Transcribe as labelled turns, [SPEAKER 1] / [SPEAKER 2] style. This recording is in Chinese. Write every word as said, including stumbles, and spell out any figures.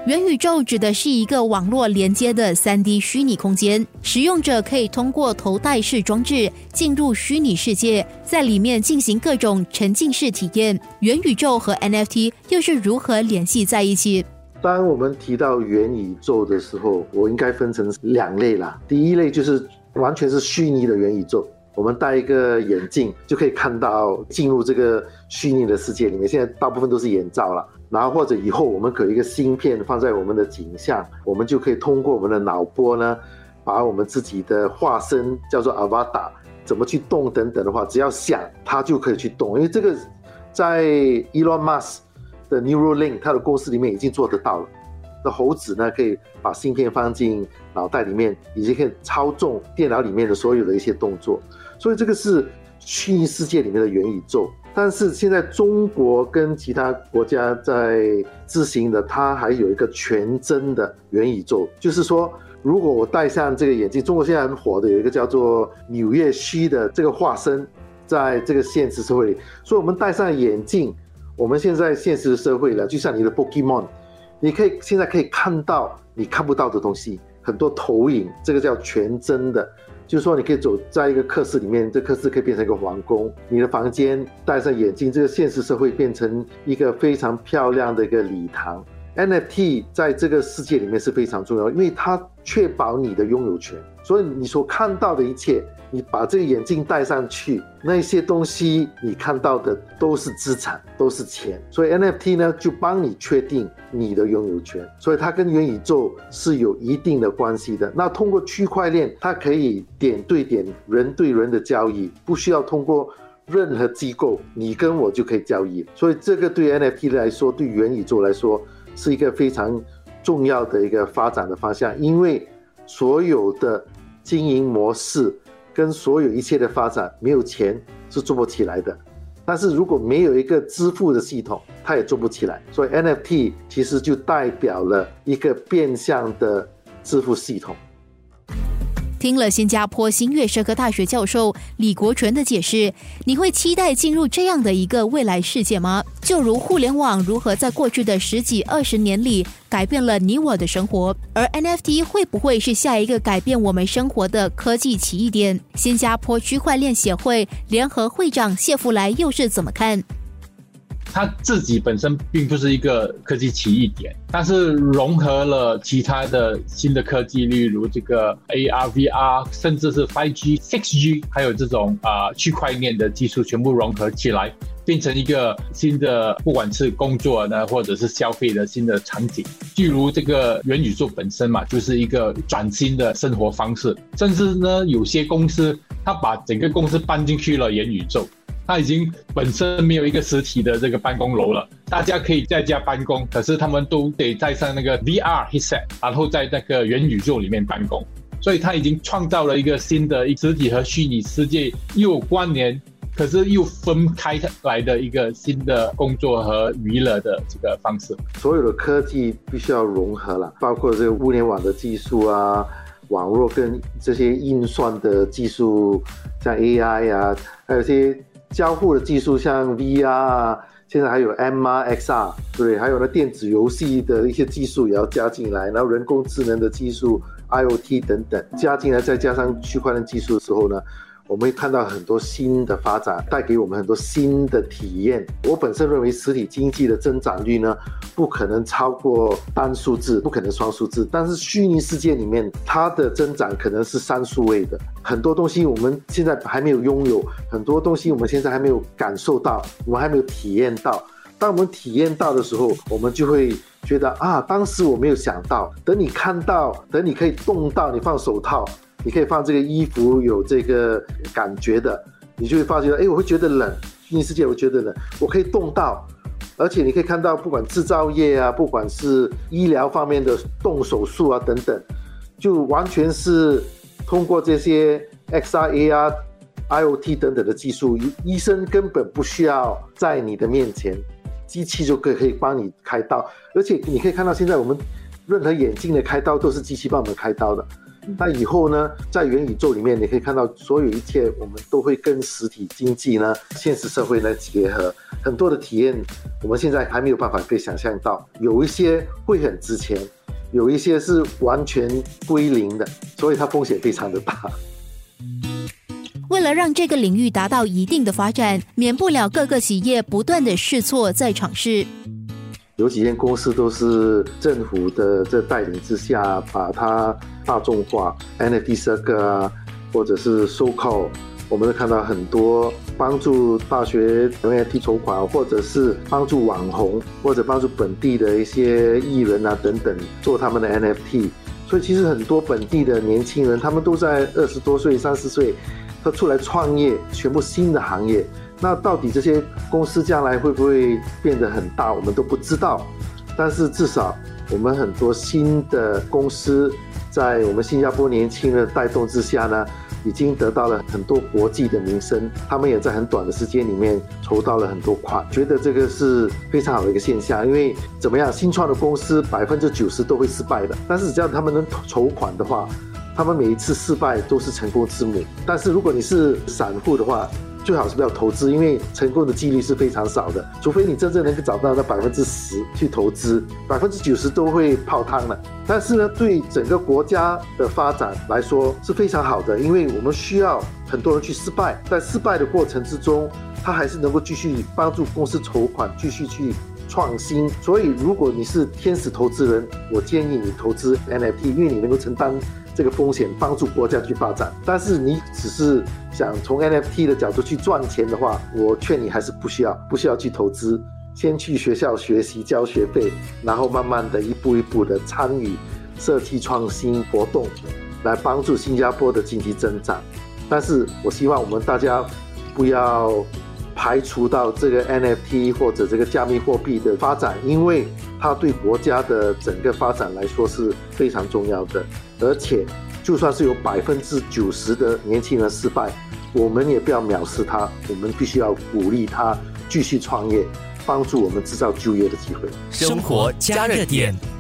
[SPEAKER 1] 元宇宙指的是一个网络连接的 三 D 虚拟空间，使用者可以通过头戴式装置进入虚拟世界，在里面进行各种沉浸式体验。元宇宙和 N F T 又是如何联系在一起？
[SPEAKER 2] 当我们提到元宇宙的时候，我应该分成两类啦。第一类就是完全是虚拟的元宇宙，我们戴一个眼镜就可以看到进入这个虚拟的世界里面，现在大部分都是眼罩了。然后或者以后我们可以一个芯片放在我们的颈项，我们就可以通过我们的脑波呢，把我们自己的化身叫做 avatar 怎么去动等等的话，只要想它就可以去动。因为这个在 Elon Musk 的 Neuralink 它的公司里面已经做得到了。那猴子呢可以把芯片放进脑袋里面，已经可以操纵电脑里面的所有的一些动作，所以这个是虚拟世界里面的元宇宙。但是现在中国跟其他国家在执行的，它还有一个全真的元宇宙，就是说如果我戴上这个眼镜，中国现在很火的有一个叫做纽约虚的这个化身，在这个现实社会里，所以我们戴上眼镜，我们现在现实社会了，就像你的 Pokemon， 你可以现在可以看到你看不到的东西，很多投影，这个叫全真的。就是说你可以走在一个课室里面，这课室可以变成一个皇宫，你的房间戴上眼镜，这个现实社会变成一个非常漂亮的一个礼堂。 N F T 在这个世界里面是非常重要，因为它确保你的拥有权，所以你所看到的一切，你把这个眼镜戴上去，那些东西你看到的都是资产，都是钱，所以 N F T 呢就帮你确定你的拥有权，所以它跟元宇宙是有一定的关系的。那通过区块链，它可以点对点、人对人的交易，不需要通过任何机构，你跟我就可以交易，所以这个对 N F T 来说，对元宇宙来说是一个非常重要的一个发展的方向，因为所有的经营模式跟所有一切的发展，没有钱是做不起来的。但是如果没有一个支付的系统，它也做不起来。所以 N F T 其实就代表了一个变相的支付系统。
[SPEAKER 1] 听了新加坡新月社科大学教授李国权的解释，你会期待进入这样的一个未来世界吗？就如互联网如何在过去的十几二十年里改变了你我的生活，而 N F T 会不会是下一个改变我们生活的科技奇异点？新加坡区块链协会联合会长谢福来又是怎么看？
[SPEAKER 3] 它自己本身并不是一个科技奇异点，但是融合了其他的新的科技，例如这个 A R V R， 甚至是 五 G、六 G， 还有这种啊、呃、区块链的技术全部融合起来，变成一个新的，不管是工作呢，或者是消费的新的场景。譬如这个元宇宙本身嘛，就是一个崭新的生活方式，甚至呢，有些公司它把整个公司搬进去了元宇宙。它已经本身没有一个实体的这个办公楼了，大家可以在家办公，可是他们都得带上那个 V R headset， 然后在那个元宇宙里面办公，所以它已经创造了一个新的实体和虚拟世界又有关联，可是又分开来的一个新的工作和娱乐的这个方式。
[SPEAKER 2] 所有的科技必须要融合了，包括这个物联网的技术啊，网络跟这些运算的技术，像 A I 啊，还有一些交互的技术，像 V R 啊，现在还有 M R、X R， 对，还有那电子游戏的一些技术也要加进来，然后人工智能的技术 I O T 等等加进来，再加上区块链技术的时候呢，我们会看到很多新的发展，带给我们很多新的体验。我本身认为实体经济的增长率呢，不可能超过单数字，不可能双数字，但是虚拟世界里面它的增长可能是三数位的。很多东西我们现在还没有拥有，很多东西我们现在还没有感受到，我们还没有体验到。当我们体验到的时候，我们就会觉得啊，当时我没有想到，等你看到，等你可以动到，你放手套，你可以放这个衣服有这个感觉的，你就会发觉，哎，我会觉得冷，虚拟世界我会觉得冷，我可以动到，而且你可以看到，不管制造业啊，不管是医疗方面的动手术啊等等，就完全是通过这些 X R、A R、I O T 等等的技术，医生根本不需要在你的面前，机器就可以可以帮你开刀，而且你可以看到现在我们任何眼镜的开刀都是机器帮我们开刀的。 那以后呢，在元宇宙里面，你可以看到所有一切，我们都会跟实体经济呢、现实社会呢结合。很多的体验，我们现在还没有办法可以想象到，有一些会很值钱，有一些是完全归零的，所以它风险非常的大。
[SPEAKER 1] 为了让这个领域达到一定的发展，免不了各个企业不断的试错再尝试。
[SPEAKER 2] 有几间公司都是政府的这带领之下，把它大众化 ，N F T Circle 啊，或者是 SoCal， 我们都看到很多帮助大学 N F T 筹款，或者是帮助网红，或者帮助本地的一些艺人啊等等做他们的 N F T。所以其实很多本地的年轻人，他们都在二十多岁、三十岁，他出来创业，全部新的行业。那到底这些公司将来会不会变得很大，我们都不知道。但是至少我们很多新的公司，在我们新加坡年轻人带动之下呢，已经得到了很多国际的名声。他们也在很短的时间里面筹到了很多款，觉得这个是非常好的一个现象。因为怎么样，新创的公司百分之九十都会失败的，但是只要他们能筹款的话，他们每一次失败都是成功之母。但是如果你是散户的话，最好是不要投资，因为成功的几率是非常少的，除非你真正能够找到那百分之十去投资，百分之九十都会泡汤了。但是呢，对整个国家的发展来说是非常好的，因为我们需要很多人去失败，在失败的过程之中，他还是能够继续帮助公司筹款，继续去创新。所以如果你是天使投资人，我建议你投资 N F T， 因为你能够承担这个风险，帮助国家去发展。但是你只是想从 N F T 的角度去赚钱的话，我劝你还是不需要不需要去投资，先去学校学习交学费，然后慢慢的一步一步的参与社区创新活动，来帮助新加坡的经济增长。但是我希望我们大家不要排除到这个 N F T 或者这个加密货币的发展，因为它对国家的整个发展来说是非常重要的。而且就算是有百分之九十的年轻人失败，我们也不要藐视他，我们必须要鼓励他继续创业，帮助我们制造就业的机会。
[SPEAKER 4] 生活加热点。